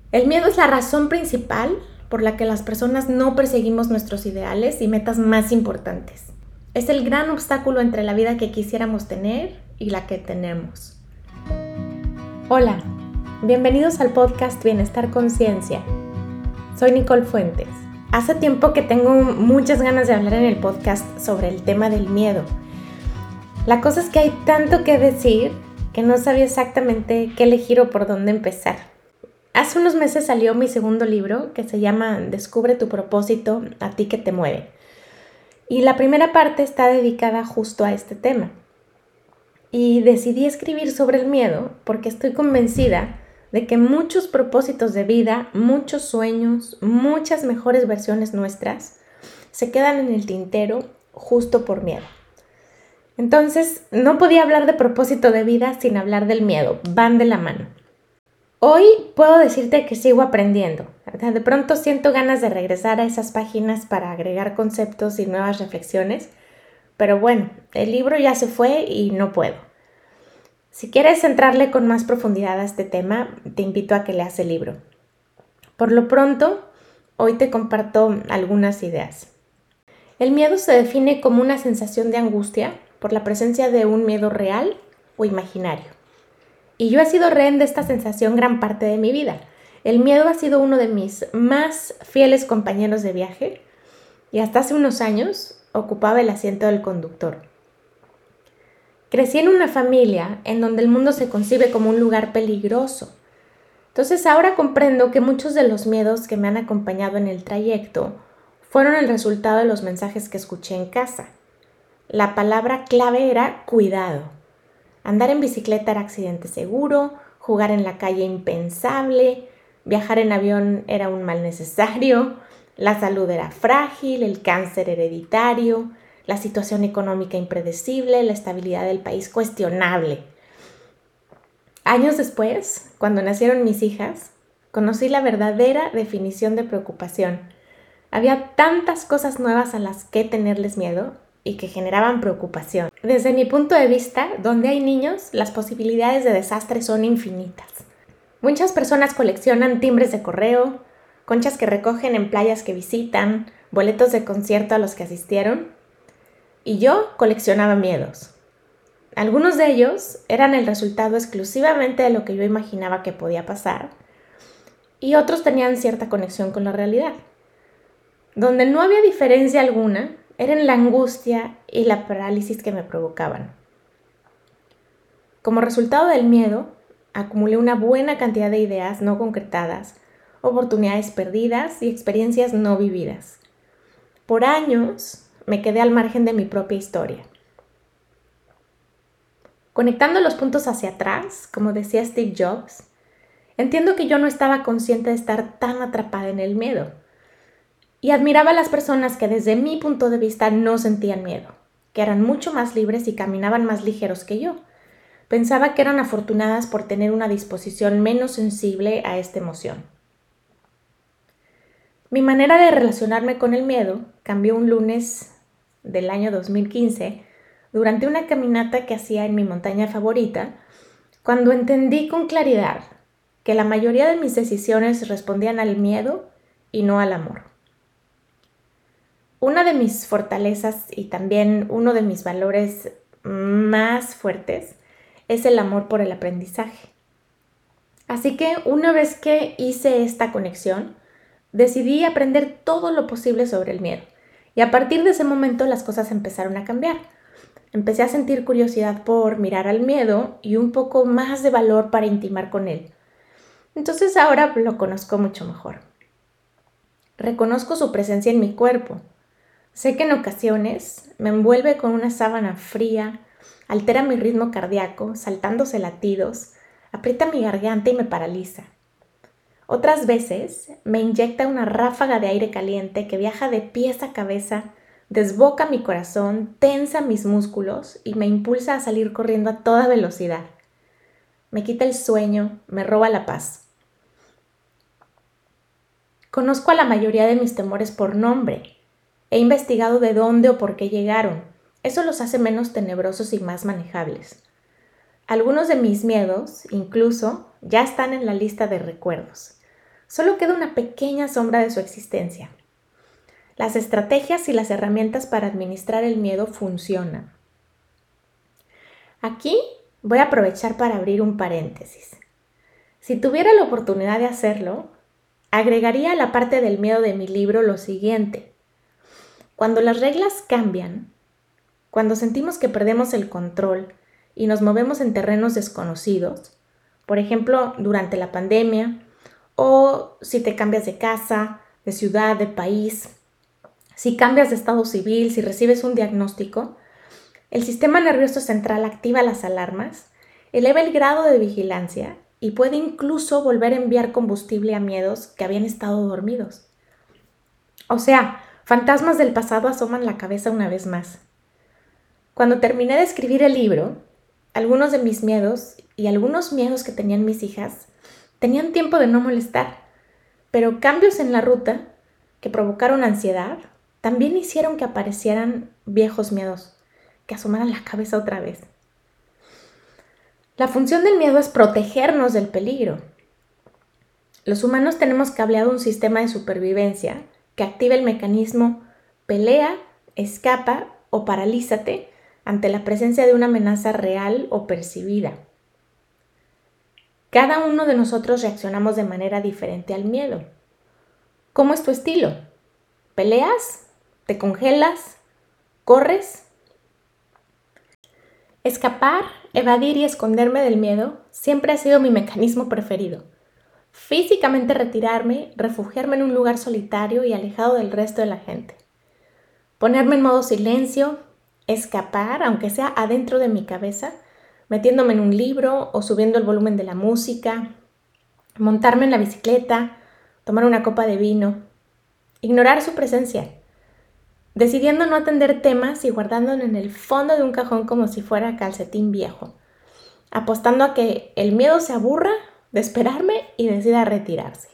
El miedo es la razón principal por la que las personas no perseguimos nuestros ideales y metas más importantes. Es el gran obstáculo entre la vida que quisiéramos tener y la que tenemos. Hola, bienvenidos al podcast Bienestar Conciencia. Soy Nicole Fuentes. Hace tiempo que tengo muchas ganas de hablar en el podcast sobre el tema del miedo. La cosa es que hay tanto que decir que no sabía exactamente qué elegir o por dónde empezar. Hace unos meses salió mi segundo libro que se llama Descubre tu propósito, a ti que te mueve. Y la primera parte está dedicada justo a este tema. Y decidí escribir sobre el miedo porque estoy convencida de que muchos propósitos de vida, muchos sueños, muchas mejores versiones nuestras se quedan en el tintero justo por miedo. Entonces, no podía hablar de propósito de vida sin hablar del miedo, van de la mano. Hoy puedo decirte que sigo aprendiendo. De pronto siento ganas de regresar a esas páginas para agregar conceptos y nuevas reflexiones, pero bueno, el libro ya se fue y no puedo. Si quieres entrarle con más profundidad a este tema, te invito a que leas el libro. Por lo pronto, hoy te comparto algunas ideas. El miedo se define como una sensación de angustia por la presencia de un miedo real o imaginario. Y yo he sido rehén de esta sensación gran parte de mi vida. El miedo ha sido uno de mis más fieles compañeros de viaje y hasta hace unos años ocupaba el asiento del conductor. Crecí en una familia en donde el mundo se concibe como un lugar peligroso. Entonces ahora comprendo que muchos de los miedos que me han acompañado en el trayecto fueron el resultado de los mensajes que escuché en casa. La palabra clave era cuidado. Andar en bicicleta era accidente seguro, jugar en la calle impensable, viajar en avión era un mal necesario, la salud era frágil, el cáncer hereditario, la situación económica impredecible, la estabilidad del país cuestionable. Años después, cuando nacieron mis hijas, conocí la verdadera definición de preocupación. Había tantas cosas nuevas a las que tenerles miedo y que generaban preocupación. Desde mi punto de vista, donde hay niños, las posibilidades de desastre son infinitas. Muchas personas coleccionan timbres de correo, conchas que recogen en playas que visitan, boletos de concierto a los que asistieron, y yo coleccionaba miedos. Algunos de ellos eran el resultado exclusivamente de lo que yo imaginaba que podía pasar, y otros tenían cierta conexión con la realidad. Donde no había diferencia alguna, era en la angustia y la parálisis que me provocaban. Como resultado del miedo, acumulé una buena cantidad de ideas no concretadas, oportunidades perdidas y experiencias no vividas. Por años me quedé al margen de mi propia historia. Conectando los puntos hacia atrás, como decía Steve Jobs, entiendo que yo no estaba consciente de estar tan atrapada en el miedo. Y admiraba a las personas que desde mi punto de vista no sentían miedo, que eran mucho más libres y caminaban más ligeros que yo. Pensaba que eran afortunadas por tener una disposición menos sensible a esta emoción. Mi manera de relacionarme con el miedo cambió un lunes del año 2015 durante una caminata que hacía en mi montaña favorita, cuando entendí con claridad que la mayoría de mis decisiones respondían al miedo y no al amor. Una de mis fortalezas y también uno de mis valores más fuertes es el amor por el aprendizaje. Así que una vez que hice esta conexión, decidí aprender todo lo posible sobre el miedo. Y a partir de ese momento las cosas empezaron a cambiar. Empecé a sentir curiosidad por mirar al miedo y un poco más de valor para intimar con él. Entonces ahora lo conozco mucho mejor. Reconozco su presencia en mi cuerpo. Sé que en ocasiones me envuelve con una sábana fría, altera mi ritmo cardíaco, saltándose latidos, aprieta mi garganta y me paraliza. Otras veces me inyecta una ráfaga de aire caliente que viaja de pies a cabeza, desboca mi corazón, tensa mis músculos y me impulsa a salir corriendo a toda velocidad. Me quita el sueño, me roba la paz. Conozco a la mayoría de mis temores por nombre. He investigado de dónde o por qué llegaron. Eso los hace menos tenebrosos y más manejables. Algunos de mis miedos, incluso, ya están en la lista de recuerdos. Solo queda una pequeña sombra de su existencia. Las estrategias y las herramientas para administrar el miedo funcionan. Aquí voy a aprovechar para abrir un paréntesis. Si tuviera la oportunidad de hacerlo, agregaría a la parte del miedo de mi libro lo siguiente. Cuando las reglas cambian, cuando sentimos que perdemos el control y nos movemos en terrenos desconocidos, por ejemplo, durante la pandemia, o si te cambias de casa, de ciudad, de país, si cambias de estado civil, si recibes un diagnóstico, el sistema nervioso central activa las alarmas, eleva el grado de vigilancia y puede incluso volver a enviar combustible a miedos que habían estado dormidos. O sea, fantasmas del pasado asoman la cabeza una vez más. Cuando terminé de escribir el libro, algunos de mis miedos y algunos miedos que tenían mis hijas tenían tiempo de no molestar, pero cambios en la ruta que provocaron ansiedad también hicieron que aparecieran viejos miedos, que asomaran la cabeza otra vez. La función del miedo es protegernos del peligro. Los humanos tenemos cableado un sistema de supervivencia que activa el mecanismo pelea, escapa o paralízate ante la presencia de una amenaza real o percibida. Cada uno de nosotros reaccionamos de manera diferente al miedo. ¿Cómo es tu estilo? ¿Peleas? ¿Te congelas? ¿Corres? Escapar, evadir y esconderme del miedo siempre ha sido mi mecanismo preferido. Físicamente retirarme, refugiarme en un lugar solitario y alejado del resto de la gente. Ponerme en modo silencio, escapar, aunque sea adentro de mi cabeza, metiéndome en un libro o subiendo el volumen de la música, montarme en la bicicleta, tomar una copa de vino, ignorar su presencia, decidiendo no atender temas y guardándolo en el fondo de un cajón como si fuera calcetín viejo, apostando a que el miedo se aburra de esperarme y decida retirarse.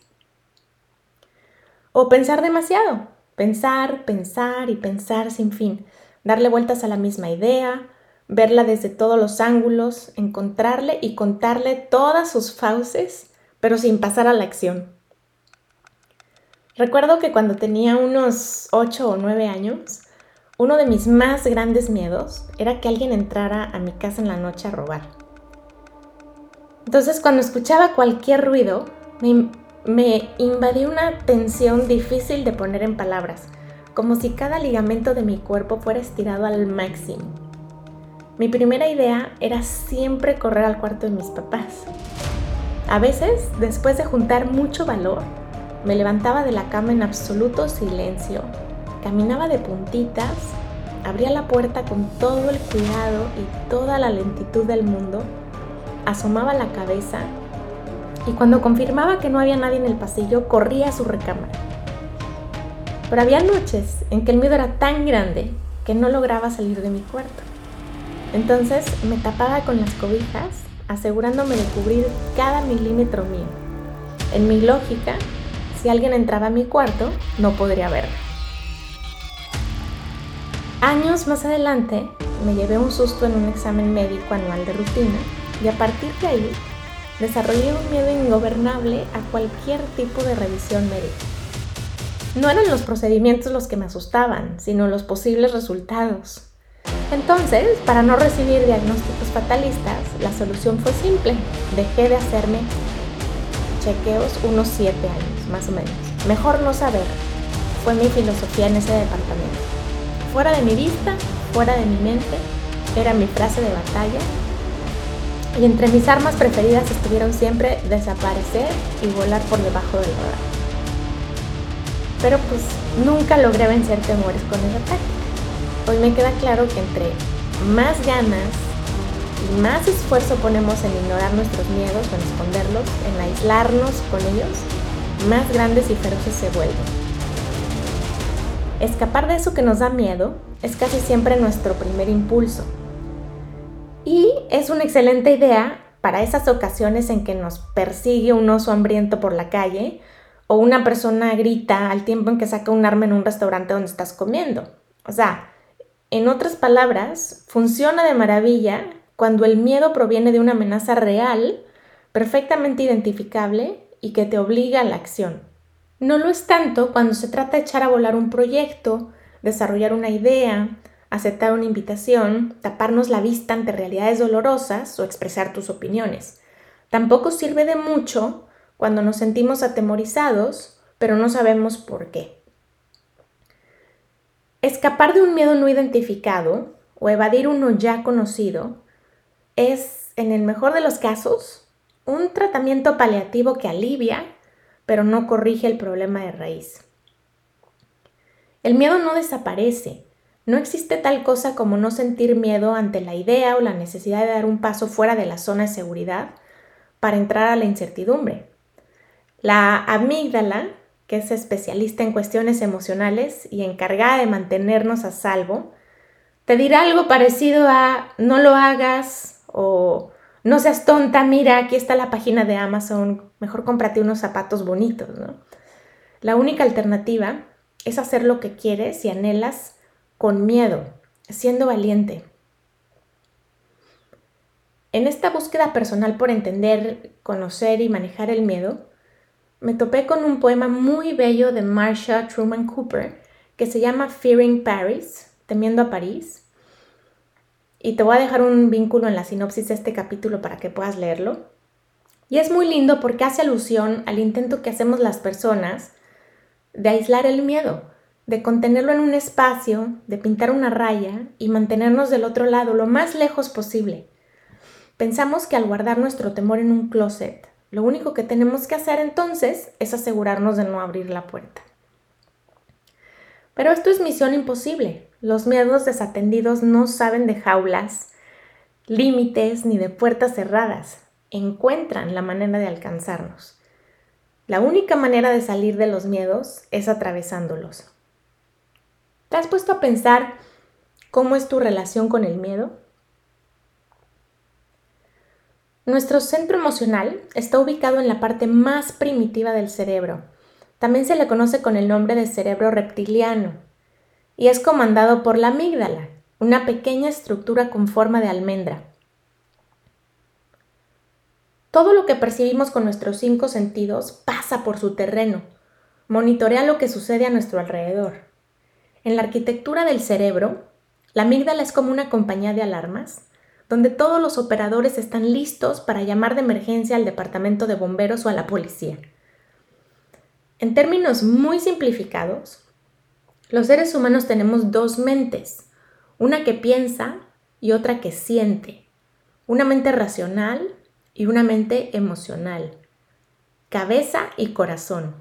O pensar demasiado, pensar y pensar sin fin, darle vueltas a la misma idea, verla desde todos los ángulos, encontrarle y contarle todas sus fauces, pero sin pasar a la acción. Recuerdo que cuando tenía unos 8 o 9 años, uno de mis más grandes miedos era que alguien entrara a mi casa en la noche a robar. Entonces, cuando escuchaba cualquier ruido, me invadía una tensión difícil de poner en palabras, como si cada ligamento de mi cuerpo fuera estirado al máximo. Mi primera idea era siempre correr al cuarto de mis papás. A veces, después de juntar mucho valor, me levantaba de la cama en absoluto silencio, caminaba de puntitas, abría la puerta con todo el cuidado y toda la lentitud del mundo, asomaba la cabeza y cuando confirmaba que no había nadie en el pasillo, corría a su recámara. Pero había noches en que el miedo era tan grande que no lograba salir de mi cuarto. Entonces me tapaba con las cobijas, asegurándome de cubrir cada milímetro mío. En mi lógica, si alguien entraba a mi cuarto, no podría verme. Años más adelante, me llevé un susto en un examen médico anual de rutina y a partir de ahí, desarrollé un miedo ingobernable a cualquier tipo de revisión médica. No eran los procedimientos los que me asustaban, sino los posibles resultados. Entonces, para no recibir diagnósticos fatalistas, la solución fue simple. Dejé de hacerme chequeos unos 7 años, más o menos. Mejor no saber. Fue mi filosofía en ese departamento. Fuera de mi vista, fuera de mi mente, era mi frase de batalla. Y entre mis armas preferidas estuvieron siempre desaparecer y volar por debajo del radar. Pero pues nunca logré vencer temores con esa táctica. Hoy me queda claro que entre más ganas y más esfuerzo ponemos en ignorar nuestros miedos o en esconderlos, en aislarnos con ellos, más grandes y feroces se vuelven. Escapar de eso que nos da miedo es casi siempre nuestro primer impulso. Y es una excelente idea para esas ocasiones en que nos persigue un oso hambriento por la calle o una persona grita al tiempo en que saca un arma en un restaurante donde estás comiendo. O sea, en otras palabras, funciona de maravilla cuando el miedo proviene de una amenaza real, perfectamente identificable y que te obliga a la acción. No lo es tanto cuando se trata de echar a volar un proyecto, desarrollar una idea, aceptar una invitación, taparnos la vista ante realidades dolorosas o expresar tus opiniones. Tampoco sirve de mucho cuando nos sentimos atemorizados, pero no sabemos por qué. Escapar de un miedo no identificado o evadir uno ya conocido es, en el mejor de los casos, un tratamiento paliativo que alivia, pero no corrige el problema de raíz. El miedo no desaparece. No existe tal cosa como no sentir miedo ante la idea o la necesidad de dar un paso fuera de la zona de seguridad para entrar a la incertidumbre. La amígdala, que es especialista en cuestiones emocionales y encargada de mantenernos a salvo, te dirá algo parecido a no lo hagas o no seas tonta, mira, aquí está la página de Amazon, mejor cómprate unos zapatos bonitos, ¿no? La única alternativa es hacer lo que quieres y anhelas con miedo, siendo valiente. En esta búsqueda personal por entender, conocer y manejar el miedo, me topé con un poema muy bello de Marsha Truman Cooper que se llama Fearing Paris, temiendo a París. Y te voy a dejar un vínculo en la sinopsis de este capítulo para que puedas leerlo. Y es muy lindo porque hace alusión al intento que hacemos las personas de aislar el miedo, de contenerlo en un espacio, de pintar una raya y mantenernos del otro lado lo más lejos posible. Pensamos que al guardar nuestro temor en un closet, lo único que tenemos que hacer entonces es asegurarnos de no abrir la puerta. Pero esto es misión imposible. Los miedos desatendidos no saben de jaulas, límites ni de puertas cerradas. Encuentran la manera de alcanzarnos. La única manera de salir de los miedos es atravesándolos. ¿Te has puesto a pensar cómo es tu relación con el miedo? Nuestro centro emocional está ubicado en la parte más primitiva del cerebro. También se le conoce con el nombre de cerebro reptiliano y es comandado por la amígdala, una pequeña estructura con forma de almendra. Todo lo que percibimos con nuestros 5 sentidos pasa por su terreno, monitorea lo que sucede a nuestro alrededor. En la arquitectura del cerebro, la amígdala es como una compañía de alarmas, donde todos los operadores están listos para llamar de emergencia al departamento de bomberos o a la policía. En términos muy simplificados, los seres humanos tenemos 2 mentes, una que piensa y otra que siente, una mente racional y una mente emocional, cabeza y corazón.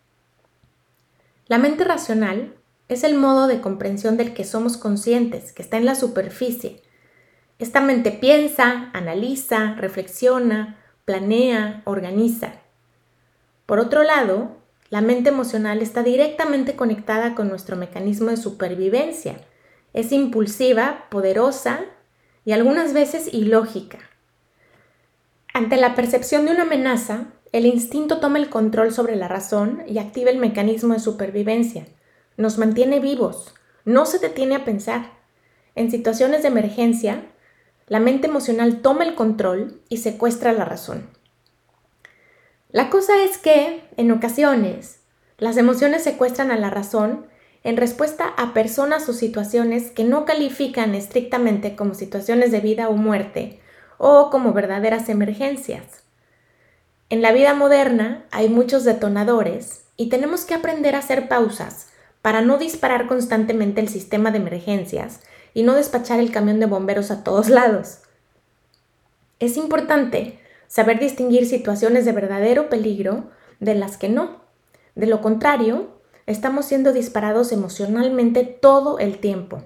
La mente racional es el modo de comprensión del que somos conscientes, que está en la superficie. Esta mente piensa, analiza, reflexiona, planea, organiza. Por otro lado, la mente emocional está directamente conectada con nuestro mecanismo de supervivencia. Es impulsiva, poderosa y algunas veces ilógica. Ante la percepción de una amenaza, el instinto toma el control sobre la razón y activa el mecanismo de supervivencia. Nos mantiene vivos, no se detiene a pensar. En situaciones de emergencia, la mente emocional toma el control y secuestra la razón. La cosa es que, en ocasiones, las emociones secuestran a la razón en respuesta a personas o situaciones que no califican estrictamente como situaciones de vida o muerte o como verdaderas emergencias. En la vida moderna hay muchos detonadores y tenemos que aprender a hacer pausas para no disparar constantemente el sistema de emergencias y no despachar el camión de bomberos a todos lados. Es importante saber distinguir situaciones de verdadero peligro de las que no. De lo contrario, estamos siendo disparados emocionalmente todo el tiempo.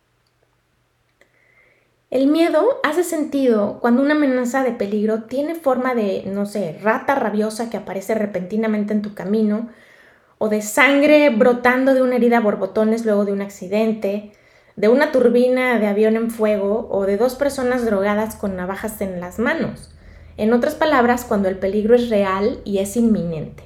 El miedo hace sentido cuando una amenaza de peligro tiene forma de, rata rabiosa que aparece repentinamente en tu camino, o de sangre brotando de una herida a borbotones luego de un accidente, de una turbina de avión en fuego o de 2 personas drogadas con navajas en las manos. En otras palabras, cuando el peligro es real y es inminente.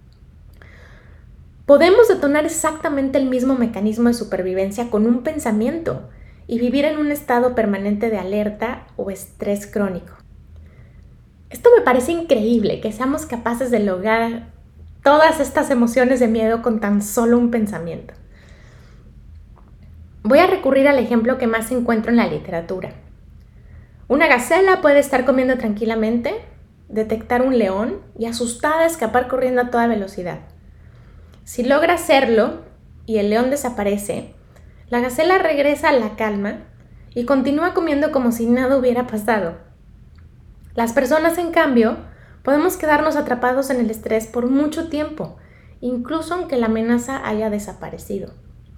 Podemos detonar exactamente el mismo mecanismo de supervivencia con un pensamiento y vivir en un estado permanente de alerta o estrés crónico. Esto me parece increíble, que seamos capaces de lograr todas estas emociones de miedo con tan solo un pensamiento. Voy a recurrir al ejemplo que más encuentro en la literatura. Una gacela puede estar comiendo tranquilamente, detectar un león y asustada escapar corriendo a toda velocidad. Si logra hacerlo y el león desaparece, la gacela regresa a la calma y continúa comiendo como si nada hubiera pasado. Las personas, en cambio, podemos quedarnos atrapados en el estrés por mucho tiempo, incluso aunque la amenaza haya desaparecido.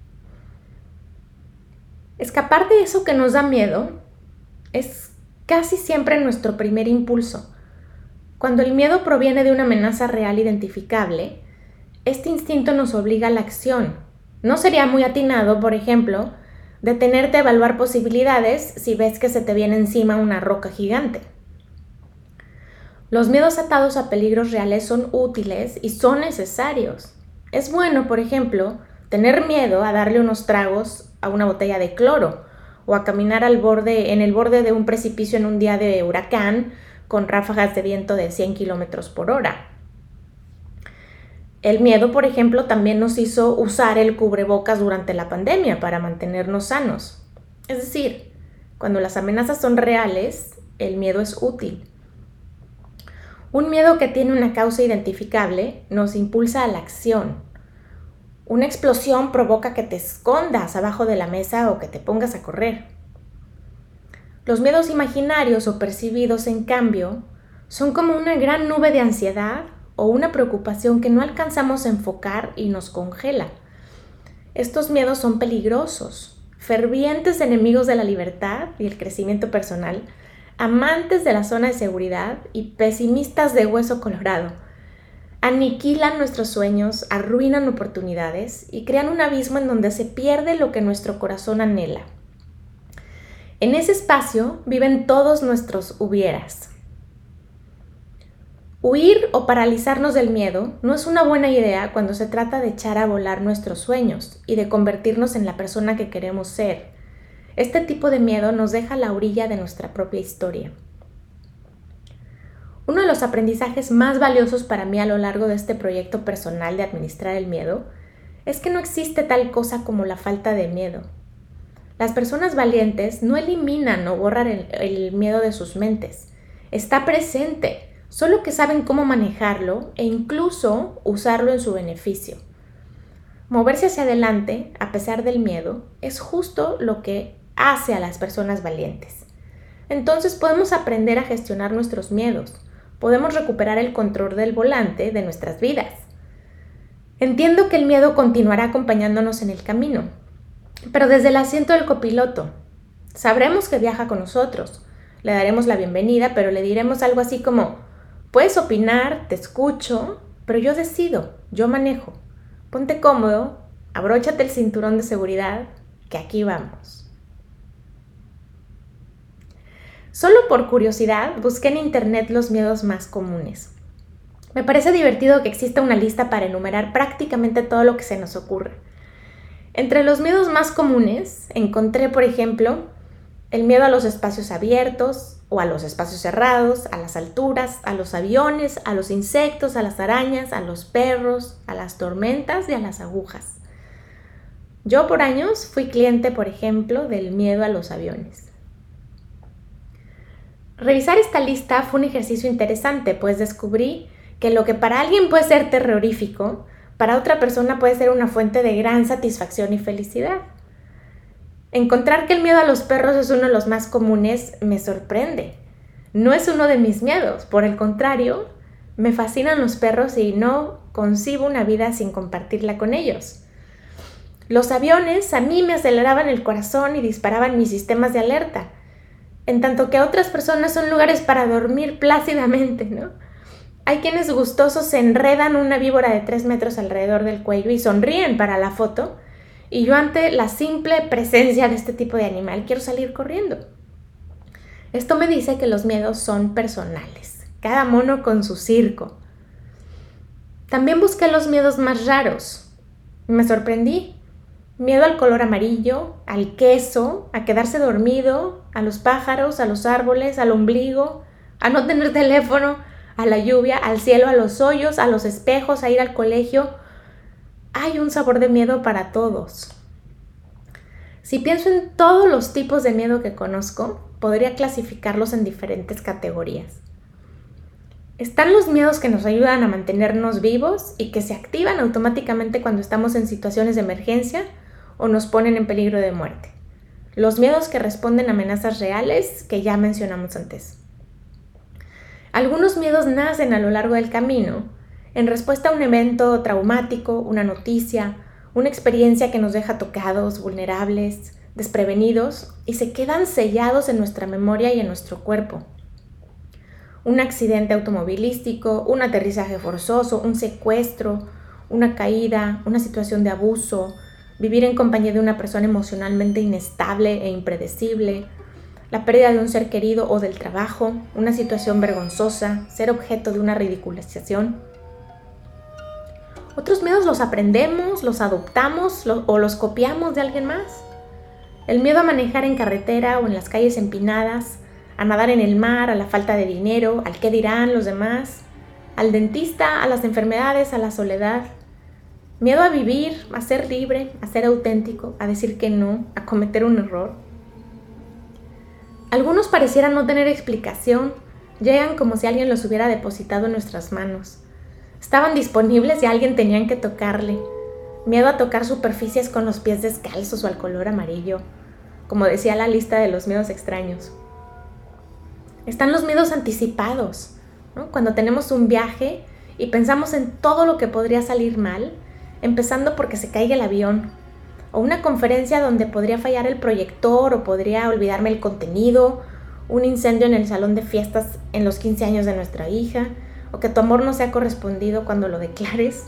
Escapar de eso que nos da miedo es casi siempre nuestro primer impulso. Cuando el miedo proviene de una amenaza real identificable, este instinto nos obliga a la acción. No sería muy atinado, por ejemplo, detenerte a evaluar posibilidades si ves que se te viene encima una roca gigante. Los miedos atados a peligros reales son útiles y son necesarios. Es bueno, por ejemplo, tener miedo a darle unos tragos a una botella de cloro o a caminar en el borde de un precipicio en un día de huracán con ráfagas de viento de 100 kilómetros por hora. El miedo, por ejemplo, también nos hizo usar el cubrebocas durante la pandemia para mantenernos sanos. Es decir, cuando las amenazas son reales, el miedo es útil. Un miedo que tiene una causa identificable nos impulsa a la acción. Una explosión provoca que te escondas abajo de la mesa o que te pongas a correr. Los miedos imaginarios o percibidos, en cambio, son como una gran nube de ansiedad o una preocupación que no alcanzamos a enfocar y nos congela. Estos miedos son peligrosos, fervientes enemigos de la libertad y el crecimiento personal, amantes de la zona de seguridad y pesimistas de hueso colorado. Aniquilan nuestros sueños, arruinan oportunidades y crean un abismo en donde se pierde lo que nuestro corazón anhela. En ese espacio viven todos nuestros hubieras. Huir o paralizarnos del miedo no es una buena idea cuando se trata de echar a volar nuestros sueños y de convertirnos en la persona que queremos ser. Este tipo de miedo nos deja a la orilla de nuestra propia historia. Uno de los aprendizajes más valiosos para mí a lo largo de este proyecto personal de administrar el miedo es que no existe tal cosa como la falta de miedo. Las personas valientes no eliminan o borran el miedo de sus mentes. Está presente, solo que saben cómo manejarlo e incluso usarlo en su beneficio. Moverse hacia adelante, a pesar del miedo, es justo lo que hace a las personas valientes. Entonces podemos aprender a gestionar nuestros miedos, podemos recuperar el control del volante de nuestras vidas. Entiendo que el miedo continuará acompañándonos en el camino, pero desde el asiento del copiloto. Sabremos que viaja con nosotros, le daremos la bienvenida, pero le diremos algo así como: puedes opinar, te escucho, pero yo decido, yo manejo. Ponte cómodo, abróchate el cinturón de seguridad, que aquí vamos. Solo por curiosidad, busqué en internet los miedos más comunes. Me parece divertido que exista una lista para enumerar prácticamente todo lo que se nos ocurre. Entre los miedos más comunes encontré, por ejemplo, el miedo a los espacios abiertos o a los espacios cerrados, a las alturas, a los aviones, a los insectos, a las arañas, a los perros, a las tormentas y a las agujas. Yo por años fui cliente, por ejemplo, del miedo a los aviones. Revisar esta lista fue un ejercicio interesante, pues descubrí que lo que para alguien puede ser terrorífico, para otra persona puede ser una fuente de gran satisfacción y felicidad. Encontrar que el miedo a los perros es uno de los más comunes me sorprende. No es uno de mis miedos, por el contrario, me fascinan los perros y no concibo una vida sin compartirla con ellos. Los aviones a mí me aceleraban el corazón y disparaban mis sistemas de alerta, en tanto que a otras personas son lugares para dormir plácidamente, ¿no? Hay quienes gustosos se enredan una víbora de 3 metros alrededor del cuello y sonríen para la foto, y yo ante la simple presencia de este tipo de animal quiero salir corriendo. Esto me dice que los miedos son personales, cada mono con su circo. También busqué los miedos más raros. Me sorprendí. Miedo al color amarillo, al queso, a quedarse dormido, a los pájaros, a los árboles, al ombligo, a no tener teléfono, a la lluvia, al cielo, a los hoyos, a los espejos, a ir al colegio. Hay un sabor de miedo para todos. Si pienso en todos los tipos de miedo que conozco, podría clasificarlos en diferentes categorías. Están los miedos que nos ayudan a mantenernos vivos y que se activan automáticamente cuando estamos en situaciones de emergencia o nos ponen en peligro de muerte. Los miedos que responden a amenazas reales que ya mencionamos antes. Algunos miedos nacen a lo largo del camino en respuesta a un evento traumático, una noticia, una experiencia que nos deja tocados, vulnerables, desprevenidos y se quedan sellados en nuestra memoria y en nuestro cuerpo. Un accidente automovilístico, un aterrizaje forzoso, un secuestro, una caída, una situación de abuso, vivir en compañía de una persona emocionalmente inestable e impredecible, la pérdida de un ser querido o del trabajo, una situación vergonzosa, ser objeto de una ridiculización. Otros miedos los aprendemos, los adoptamos o los copiamos de alguien más. El miedo a manejar en carretera o en las calles empinadas, a nadar en el mar, a la falta de dinero, al qué dirán los demás, al dentista, a las enfermedades, a la soledad. Miedo a vivir, a ser libre, a ser auténtico, a decir que no, a cometer un error. Algunos parecieran no tener explicación, llegan como si alguien los hubiera depositado en nuestras manos. Estaban disponibles y a alguien tenían que tocarle. Miedo a tocar superficies con los pies descalzos o al color amarillo, como decía la lista de los miedos extraños. Están los miedos anticipados, ¿no? Cuando tenemos un viaje y pensamos en todo lo que podría salir mal, empezando porque se caiga el avión, o una conferencia donde podría fallar el proyector o podría olvidarme el contenido, un incendio en el salón de fiestas en los 15 años de nuestra hija, o que tu amor no sea correspondido cuando lo declares.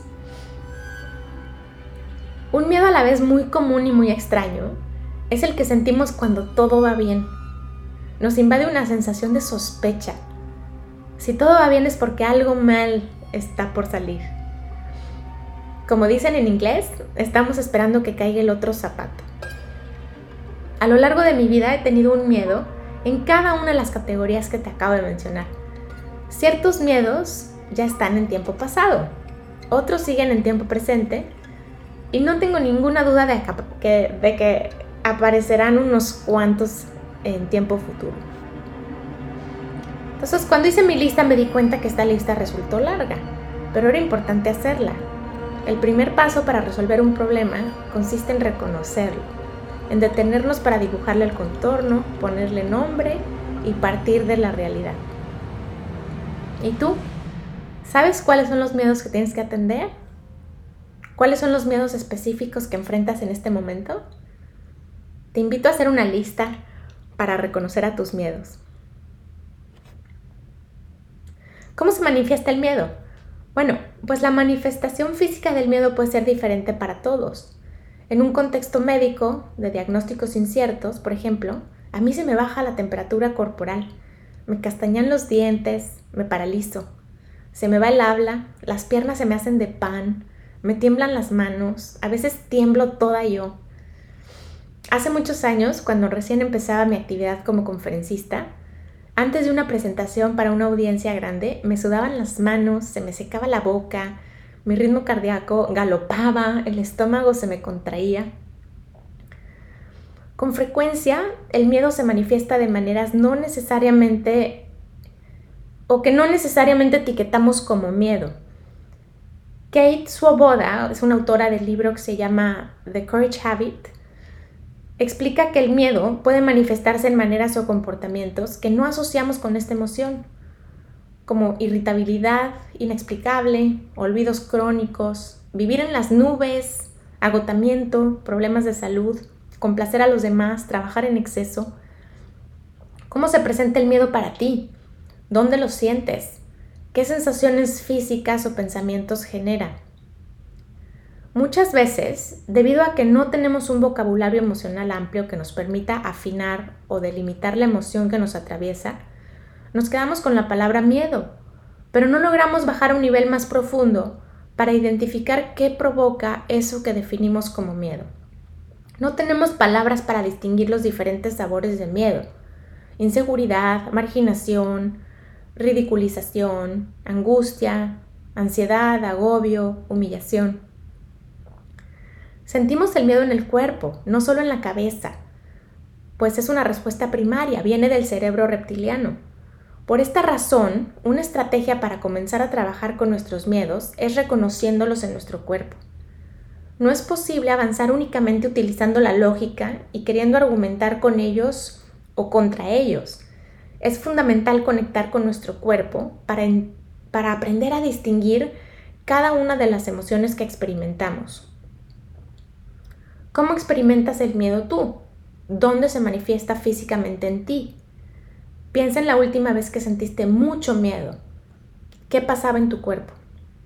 Un miedo a la vez muy común y muy extraño es el que sentimos cuando todo va bien. Nos invade una sensación de sospecha. Si todo va bien es porque algo mal está por salir. Como dicen en inglés, estamos esperando que caiga el otro zapato. A lo largo de mi vida he tenido un miedo en cada una de las categorías que te acabo de mencionar. Ciertos miedos ya están en tiempo pasado, otros siguen en tiempo presente y no tengo ninguna duda de que aparecerán unos cuantos en tiempo futuro. Entonces, cuando hice mi lista me di cuenta que esta lista resultó larga, pero era importante hacerla. El primer paso para resolver un problema consiste en reconocerlo, en detenernos para dibujarle el contorno, ponerle nombre y partir de la realidad. ¿Y tú? ¿Sabes cuáles son los miedos que tienes que atender? ¿Cuáles son los miedos específicos que enfrentas en este momento? Te invito a hacer una lista para reconocer a tus miedos. ¿Cómo se manifiesta el miedo? Bueno, pues la manifestación física del miedo puede ser diferente para todos. En un contexto médico, de diagnósticos inciertos, por ejemplo, a mí se me baja la temperatura corporal, me castañan los dientes, me paralizo, se me va el habla, las piernas se me hacen de pan, me tiemblan las manos, a veces tiemblo toda yo. Hace muchos años, cuando recién empezaba mi actividad como conferencista, antes de una presentación para una audiencia grande, me sudaban las manos, se me secaba la boca, mi ritmo cardíaco galopaba, el estómago se me contraía. Con frecuencia, el miedo se manifiesta de maneras que no necesariamente etiquetamos como miedo. Kate Swoboda es una autora del libro que se llama The Courage Habit. Explica que el miedo puede manifestarse en maneras o comportamientos que no asociamos con esta emoción, como irritabilidad inexplicable, olvidos crónicos, vivir en las nubes, agotamiento, problemas de salud, complacer a los demás, trabajar en exceso. ¿Cómo se presenta el miedo para ti? ¿Dónde lo sientes? ¿Qué sensaciones físicas o pensamientos genera? Muchas veces, debido a que no tenemos un vocabulario emocional amplio que nos permita afinar o delimitar la emoción que nos atraviesa, nos quedamos con la palabra miedo, pero no logramos bajar a un nivel más profundo para identificar qué provoca eso que definimos como miedo. No tenemos palabras para distinguir los diferentes sabores de miedo: inseguridad, marginación, ridiculización, angustia, ansiedad, agobio, humillación. Sentimos el miedo en el cuerpo, no solo en la cabeza, pues es una respuesta primaria, viene del cerebro reptiliano. Por esta razón, una estrategia para comenzar a trabajar con nuestros miedos es reconociéndolos en nuestro cuerpo. No es posible avanzar únicamente utilizando la lógica y queriendo argumentar con ellos o contra ellos. Es fundamental conectar con nuestro cuerpo para aprender a distinguir cada una de las emociones que experimentamos. ¿Cómo experimentas el miedo tú? ¿Dónde se manifiesta físicamente en ti? Piensa en la última vez que sentiste mucho miedo. ¿Qué pasaba en tu cuerpo?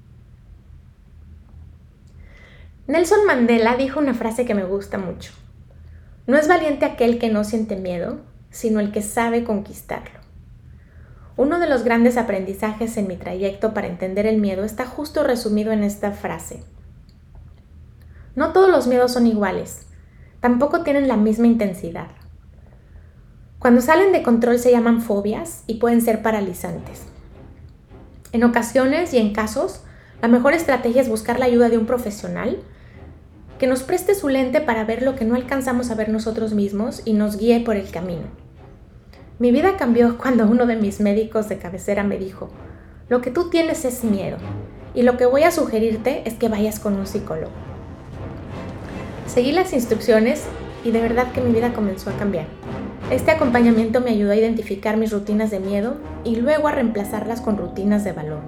Nelson Mandela dijo una frase que me gusta mucho. No es valiente aquel que no siente miedo, sino el que sabe conquistarlo. Uno de los grandes aprendizajes en mi trayecto para entender el miedo está justo resumido en esta frase. No todos los miedos son iguales, tampoco tienen la misma intensidad. Cuando salen de control se llaman fobias y pueden ser paralizantes. En ocasiones y en casos, la mejor estrategia es buscar la ayuda de un profesional que nos preste su lente para ver lo que no alcanzamos a ver nosotros mismos y nos guíe por el camino. Mi vida cambió cuando uno de mis médicos de cabecera me dijo, lo que tú tienes es miedo y lo que voy a sugerirte es que vayas con un psicólogo. Seguí las instrucciones y de verdad que mi vida comenzó a cambiar. Este acompañamiento me ayudó a identificar mis rutinas de miedo y luego a reemplazarlas con rutinas de valor.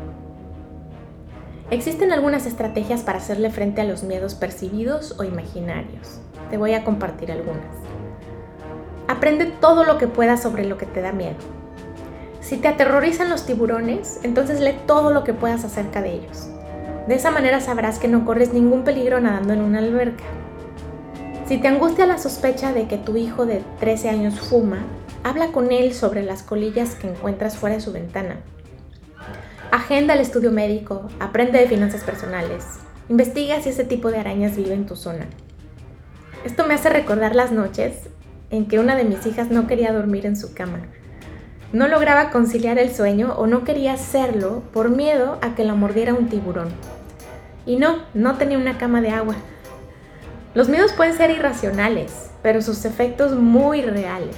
Existen algunas estrategias para hacerle frente a los miedos percibidos o imaginarios. Te voy a compartir algunas. Aprende todo lo que puedas sobre lo que te da miedo. Si te aterrorizan los tiburones, entonces lee todo lo que puedas acerca de ellos. De esa manera sabrás que no corres ningún peligro nadando en una alberca. Si te angustia la sospecha de que tu hijo de 13 años fuma, habla con él sobre las colillas que encuentras fuera de su ventana. Agenda el estudio médico, aprende de finanzas personales, investiga si ese tipo de arañas vive en tu zona. Esto me hace recordar las noches en que una de mis hijas no quería dormir en su cama. No lograba conciliar el sueño o no quería hacerlo por miedo a que la mordiera un tiburón. Y no tenía una cama de agua. Los miedos pueden ser irracionales, pero sus efectos muy reales.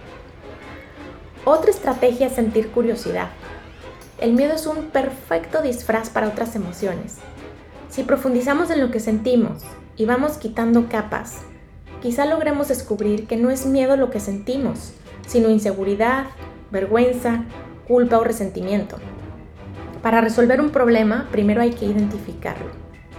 Otra estrategia es sentir curiosidad. El miedo es un perfecto disfraz para otras emociones. Si profundizamos en lo que sentimos y vamos quitando capas, quizá logremos descubrir que no es miedo lo que sentimos, sino inseguridad, vergüenza, culpa o resentimiento. Para resolver un problema, primero hay que identificarlo.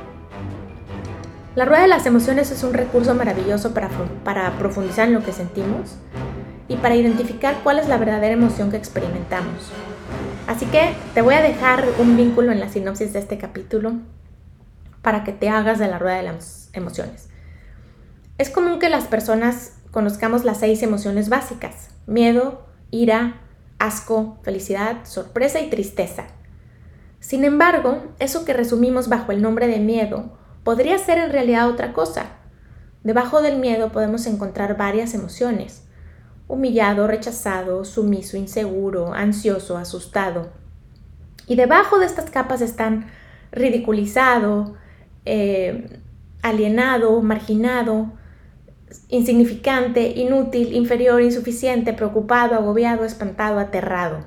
La rueda de las emociones es un recurso maravilloso para profundizar en lo que sentimos y para identificar cuál es la verdadera emoción que experimentamos. Así que te voy a dejar un vínculo en la sinopsis de este capítulo para que te hagas de la rueda de las emociones. Es común que las personas conozcamos las 6 emociones básicas: miedo, ira, asco, felicidad, sorpresa y tristeza. Sin embargo, eso que resumimos bajo el nombre de miedo podría ser en realidad otra cosa. Debajo del miedo podemos encontrar varias emociones: humillado, rechazado, sumiso, inseguro, ansioso, asustado. Y debajo de estas capas están ridiculizado, alienado, marginado, insignificante, inútil, inferior, insuficiente, preocupado, agobiado, espantado, aterrado.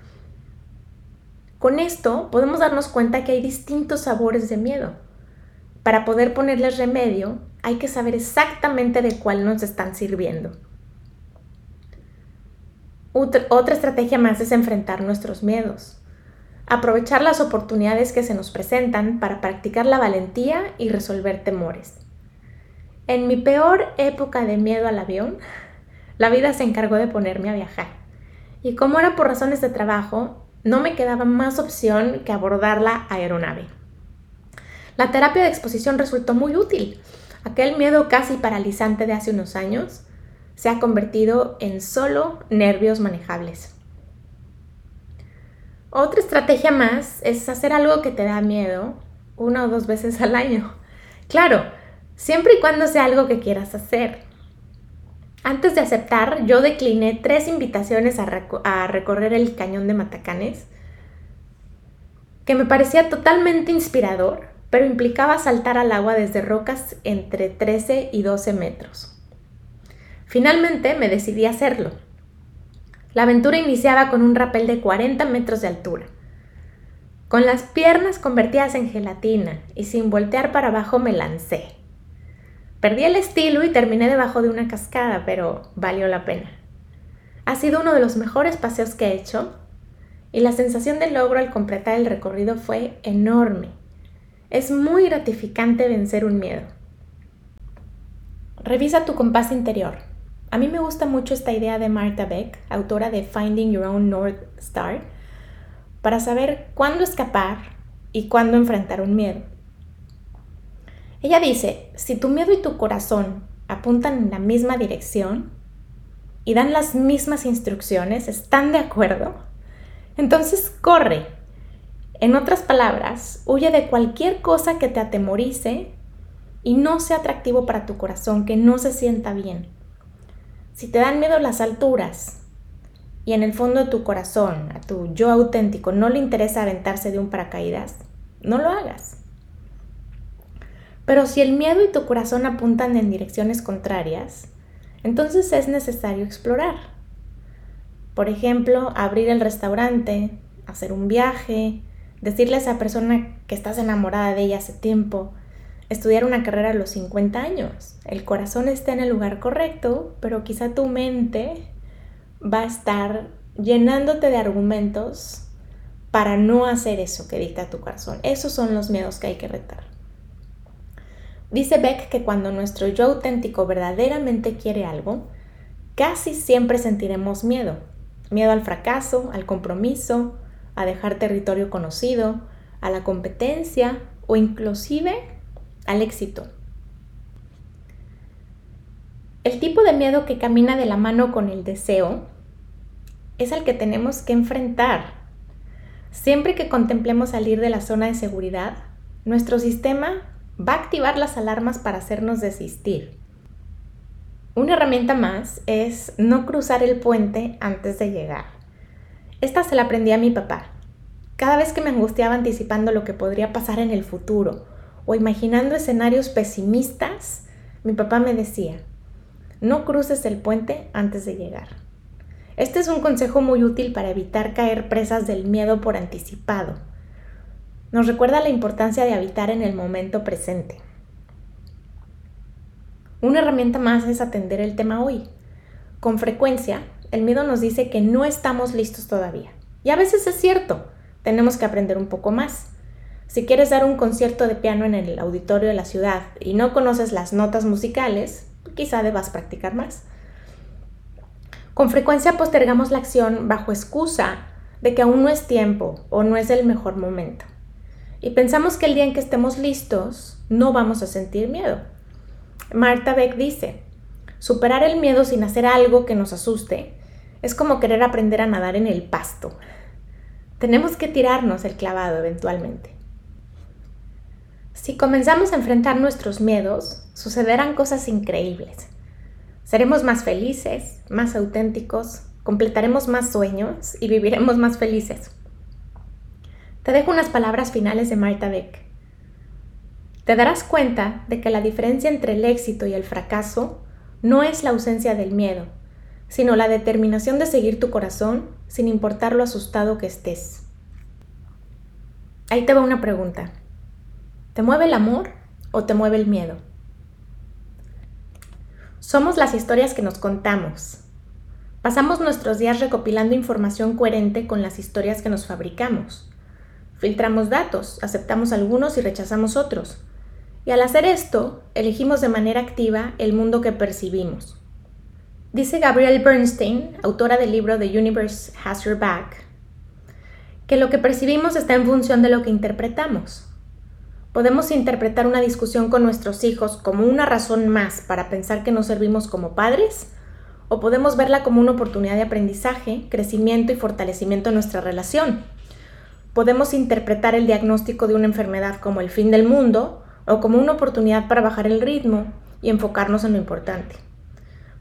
Con esto podemos darnos cuenta que hay distintos sabores de miedo. Para poder ponerles remedio, hay que saber exactamente de cuál nos están sirviendo. Otra estrategia más es enfrentar nuestros miedos. Aprovechar las oportunidades que se nos presentan para practicar la valentía y resolver temores. En mi peor época de miedo al avión, la vida se encargó de ponerme a viajar. Y como era por razones de trabajo, no me quedaba más opción que abordar la aeronave. La terapia de exposición resultó muy útil. Aquel miedo casi paralizante de hace unos años se ha convertido en solo nervios manejables. Otra estrategia más es hacer algo que te da miedo 1 o 2 veces al año. Claro, siempre y cuando sea algo que quieras hacer. Antes de aceptar, yo decliné 3 invitaciones a recorrer el cañón de Matacanes, que me parecía totalmente inspirador, pero implicaba saltar al agua desde rocas entre 13 y 12 metros. Finalmente me decidí a hacerlo. La aventura iniciaba con un rapel de 40 metros de altura. Con las piernas convertidas en gelatina y sin voltear para abajo me lancé. Perdí el estilo y terminé debajo de una cascada, pero valió la pena. Ha sido uno de los mejores paseos que he hecho y la sensación de logro al completar el recorrido fue enorme. Es muy gratificante vencer un miedo. Revisa tu compás interior. A mí me gusta mucho esta idea de Marta Beck, autora de Finding Your Own North Star, para saber cuándo escapar y cuándo enfrentar un miedo. Ella dice, si tu miedo y tu corazón apuntan en la misma dirección y dan las mismas instrucciones, ¿están de acuerdo? Entonces corre. En otras palabras, huye de cualquier cosa que te atemorice y no sea atractivo para tu corazón, que no se sienta bien. Si te dan miedo las alturas y en el fondo de tu corazón, a tu yo auténtico, no le interesa aventarse de un paracaídas, no lo hagas. Pero si el miedo y tu corazón apuntan en direcciones contrarias, entonces es necesario explorar. Por ejemplo, abrir el restaurante, hacer un viaje, decirle a esa persona que estás enamorada de ella hace tiempo, estudiar una carrera a los 50 años. El corazón está en el lugar correcto, pero quizá tu mente va a estar llenándote de argumentos para no hacer eso que dicta tu corazón. Esos son los miedos que hay que retar. Dice Beck que cuando nuestro yo auténtico verdaderamente quiere algo, casi siempre sentiremos miedo. Miedo al fracaso, al compromiso, a dejar territorio conocido, a la competencia o inclusive al éxito. El tipo de miedo que camina de la mano con el deseo es al que tenemos que enfrentar. Siempre que contemplemos salir de la zona de seguridad, nuestro sistema va a activar las alarmas para hacernos desistir. Una herramienta más es no cruzar el puente antes de llegar. Esta se la aprendí a mi papá. Cada vez que me angustiaba anticipando lo que podría pasar en el futuro o imaginando escenarios pesimistas, mi papá me decía, no cruces el puente antes de llegar. Este es un consejo muy útil para evitar caer presas del miedo por anticipado. Nos recuerda la importancia de habitar en el momento presente. Una herramienta más es atender el tema hoy. Con frecuencia, el miedo nos dice que no estamos listos todavía. Y a veces es cierto, tenemos que aprender un poco más. Si quieres dar un concierto de piano en el auditorio de la ciudad y no conoces las notas musicales, quizá debas practicar más. Con frecuencia postergamos la acción bajo excusa de que aún no es tiempo o no es el mejor momento. Y pensamos que el día en que estemos listos no vamos a sentir miedo. Marta Beck dice, superar el miedo sin hacer algo que nos asuste es como querer aprender a nadar en el pasto. Tenemos que tirarnos el clavado eventualmente. Si comenzamos a enfrentar nuestros miedos, sucederán cosas increíbles. Seremos más felices, más auténticos, completaremos más sueños y viviremos más felices. Te dejo unas palabras finales de Marta Beck. Te darás cuenta de que la diferencia entre el éxito y el fracaso no es la ausencia del miedo, sino la determinación de seguir tu corazón sin importar lo asustado que estés. Ahí te va una pregunta. ¿Te mueve el amor o te mueve el miedo? Somos las historias que nos contamos. Pasamos nuestros días recopilando información coherente con las historias que nos fabricamos. Filtramos datos, aceptamos algunos y rechazamos otros. Y al hacer esto, elegimos de manera activa el mundo que percibimos. Dice Gabrielle Bernstein, autora del libro The Universe Has Your Back, que lo que percibimos está en función de lo que interpretamos. Podemos interpretar una discusión con nuestros hijos como una razón más para pensar que no servimos como padres, o podemos verla como una oportunidad de aprendizaje, crecimiento y fortalecimiento de nuestra relación. Podemos interpretar el diagnóstico de una enfermedad como el fin del mundo o como una oportunidad para bajar el ritmo y enfocarnos en lo importante.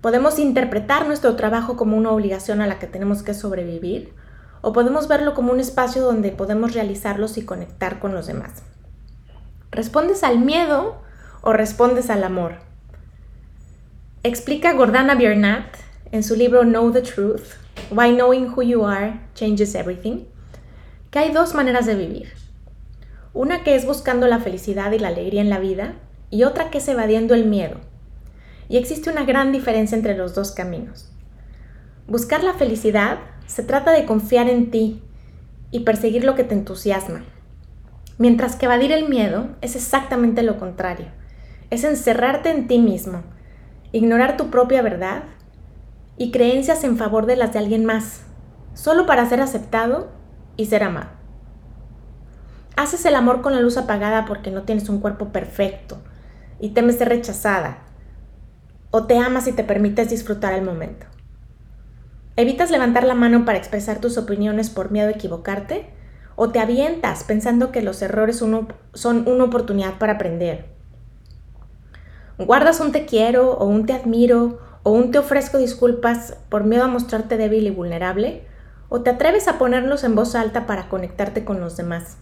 Podemos interpretar nuestro trabajo como una obligación a la que tenemos que sobrevivir, o podemos verlo como un espacio donde podemos realizarlos y conectar con los demás. ¿Respondes al miedo o respondes al amor? Explica Gordana Biernat en su libro Know the Truth, Why Knowing Who You Are Changes Everything, que hay dos maneras de vivir. Una que es buscando la felicidad y la alegría en la vida, y otra que es evadiendo el miedo. Y existe una gran diferencia entre los dos caminos. Buscar la felicidad se trata de confiar en ti y perseguir lo que te entusiasma. Mientras que evadir el miedo es exactamente lo contrario. Es encerrarte en ti mismo, ignorar tu propia verdad y creencias en favor de las de alguien más, solo para ser aceptado y ser amado. Haces el amor con la luz apagada porque no tienes un cuerpo perfecto y temes ser rechazada, o te amas y te permites disfrutar el momento. ¿Evitas levantar la mano para expresar tus opiniones por miedo a equivocarte? ¿O te avientas pensando que los errores son una oportunidad para aprender? ¿Guardas un te quiero o un te admiro o un te ofrezco disculpas por miedo a mostrarte débil y vulnerable? ¿O te atreves a ponerlos en voz alta para conectarte con los demás?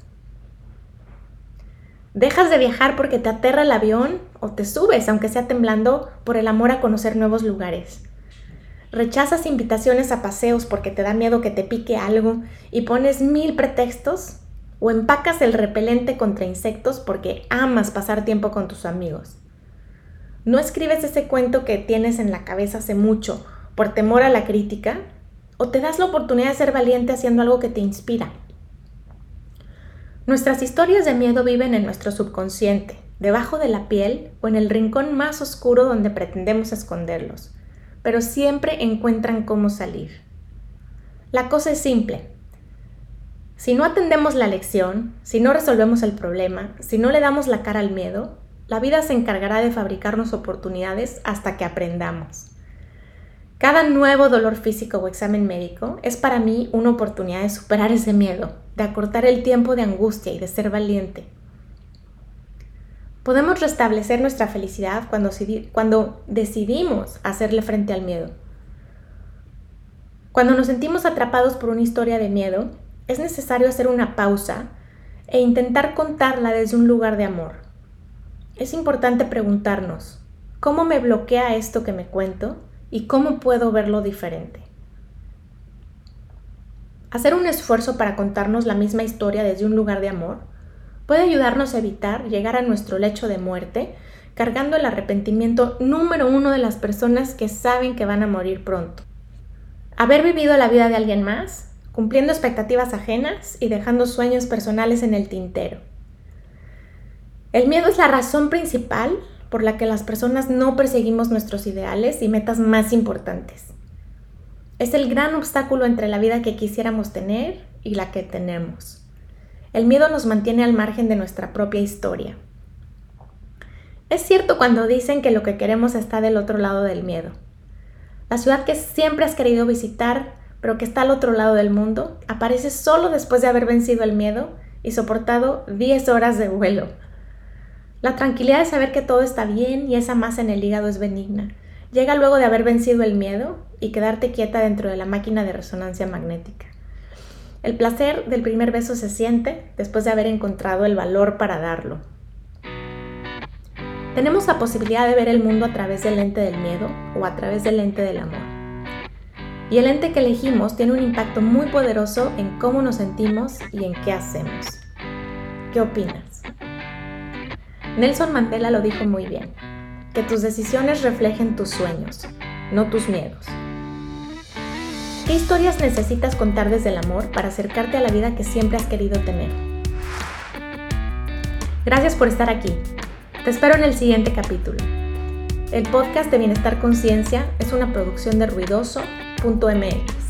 ¿Dejas de viajar porque te aterra el avión o te subes, aunque sea temblando, por el amor a conocer nuevos lugares? ¿Rechazas invitaciones a paseos porque te da miedo que te pique algo y pones 1000 pretextos? ¿O empacas el repelente contra insectos porque amas pasar tiempo con tus amigos? ¿No escribes ese cuento que tienes en la cabeza hace mucho por temor a la crítica? ¿O te das la oportunidad de ser valiente haciendo algo que te inspira? Nuestras historias de miedo viven en nuestro subconsciente, debajo de la piel o en el rincón más oscuro donde pretendemos esconderlos, pero siempre encuentran cómo salir. La cosa es simple. Si no atendemos la lección, si no resolvemos el problema, si no le damos la cara al miedo, la vida se encargará de fabricarnos oportunidades hasta que aprendamos. Cada nuevo dolor físico o examen médico es para mí una oportunidad de superar ese miedo, de acortar el tiempo de angustia y de ser valiente. Podemos restablecer nuestra felicidad cuando decidimos hacerle frente al miedo. Cuando nos sentimos atrapados por una historia de miedo, es necesario hacer una pausa e intentar contarla desde un lugar de amor. Es importante preguntarnos, ¿cómo me bloquea esto que me cuento y cómo puedo verlo diferente? Hacer un esfuerzo para contarnos la misma historia desde un lugar de amor puede ayudarnos a evitar llegar a nuestro lecho de muerte cargando el arrepentimiento número 1 de las personas que saben que van a morir pronto. Haber vivido la vida de alguien más, cumpliendo expectativas ajenas y dejando sueños personales en el tintero. El miedo es la razón principal por la que las personas no perseguimos nuestros ideales y metas más importantes. Es el gran obstáculo entre la vida que quisiéramos tener y la que tenemos. El miedo nos mantiene al margen de nuestra propia historia. Es cierto cuando dicen que lo que queremos está del otro lado del miedo. La ciudad que siempre has querido visitar, pero que está al otro lado del mundo, aparece solo después de haber vencido el miedo y soportado 10 horas de vuelo. La tranquilidad de saber que todo está bien y esa masa en el hígado es benigna. Llega luego de haber vencido el miedo y quedarte quieta dentro de la máquina de resonancia magnética. El placer del primer beso se siente después de haber encontrado el valor para darlo. Tenemos la posibilidad de ver el mundo a través del lente del miedo o a través del lente del amor. Y el lente que elegimos tiene un impacto muy poderoso en cómo nos sentimos y en qué hacemos. ¿Qué opinas? Nelson Mandela lo dijo muy bien, que tus decisiones reflejen tus sueños, no tus miedos. ¿Qué historias necesitas contar desde el amor para acercarte a la vida que siempre has querido tener? Gracias por estar aquí. Te espero en el siguiente capítulo. El podcast de Bienestar Conciencia es una producción de Ruidoso.mx.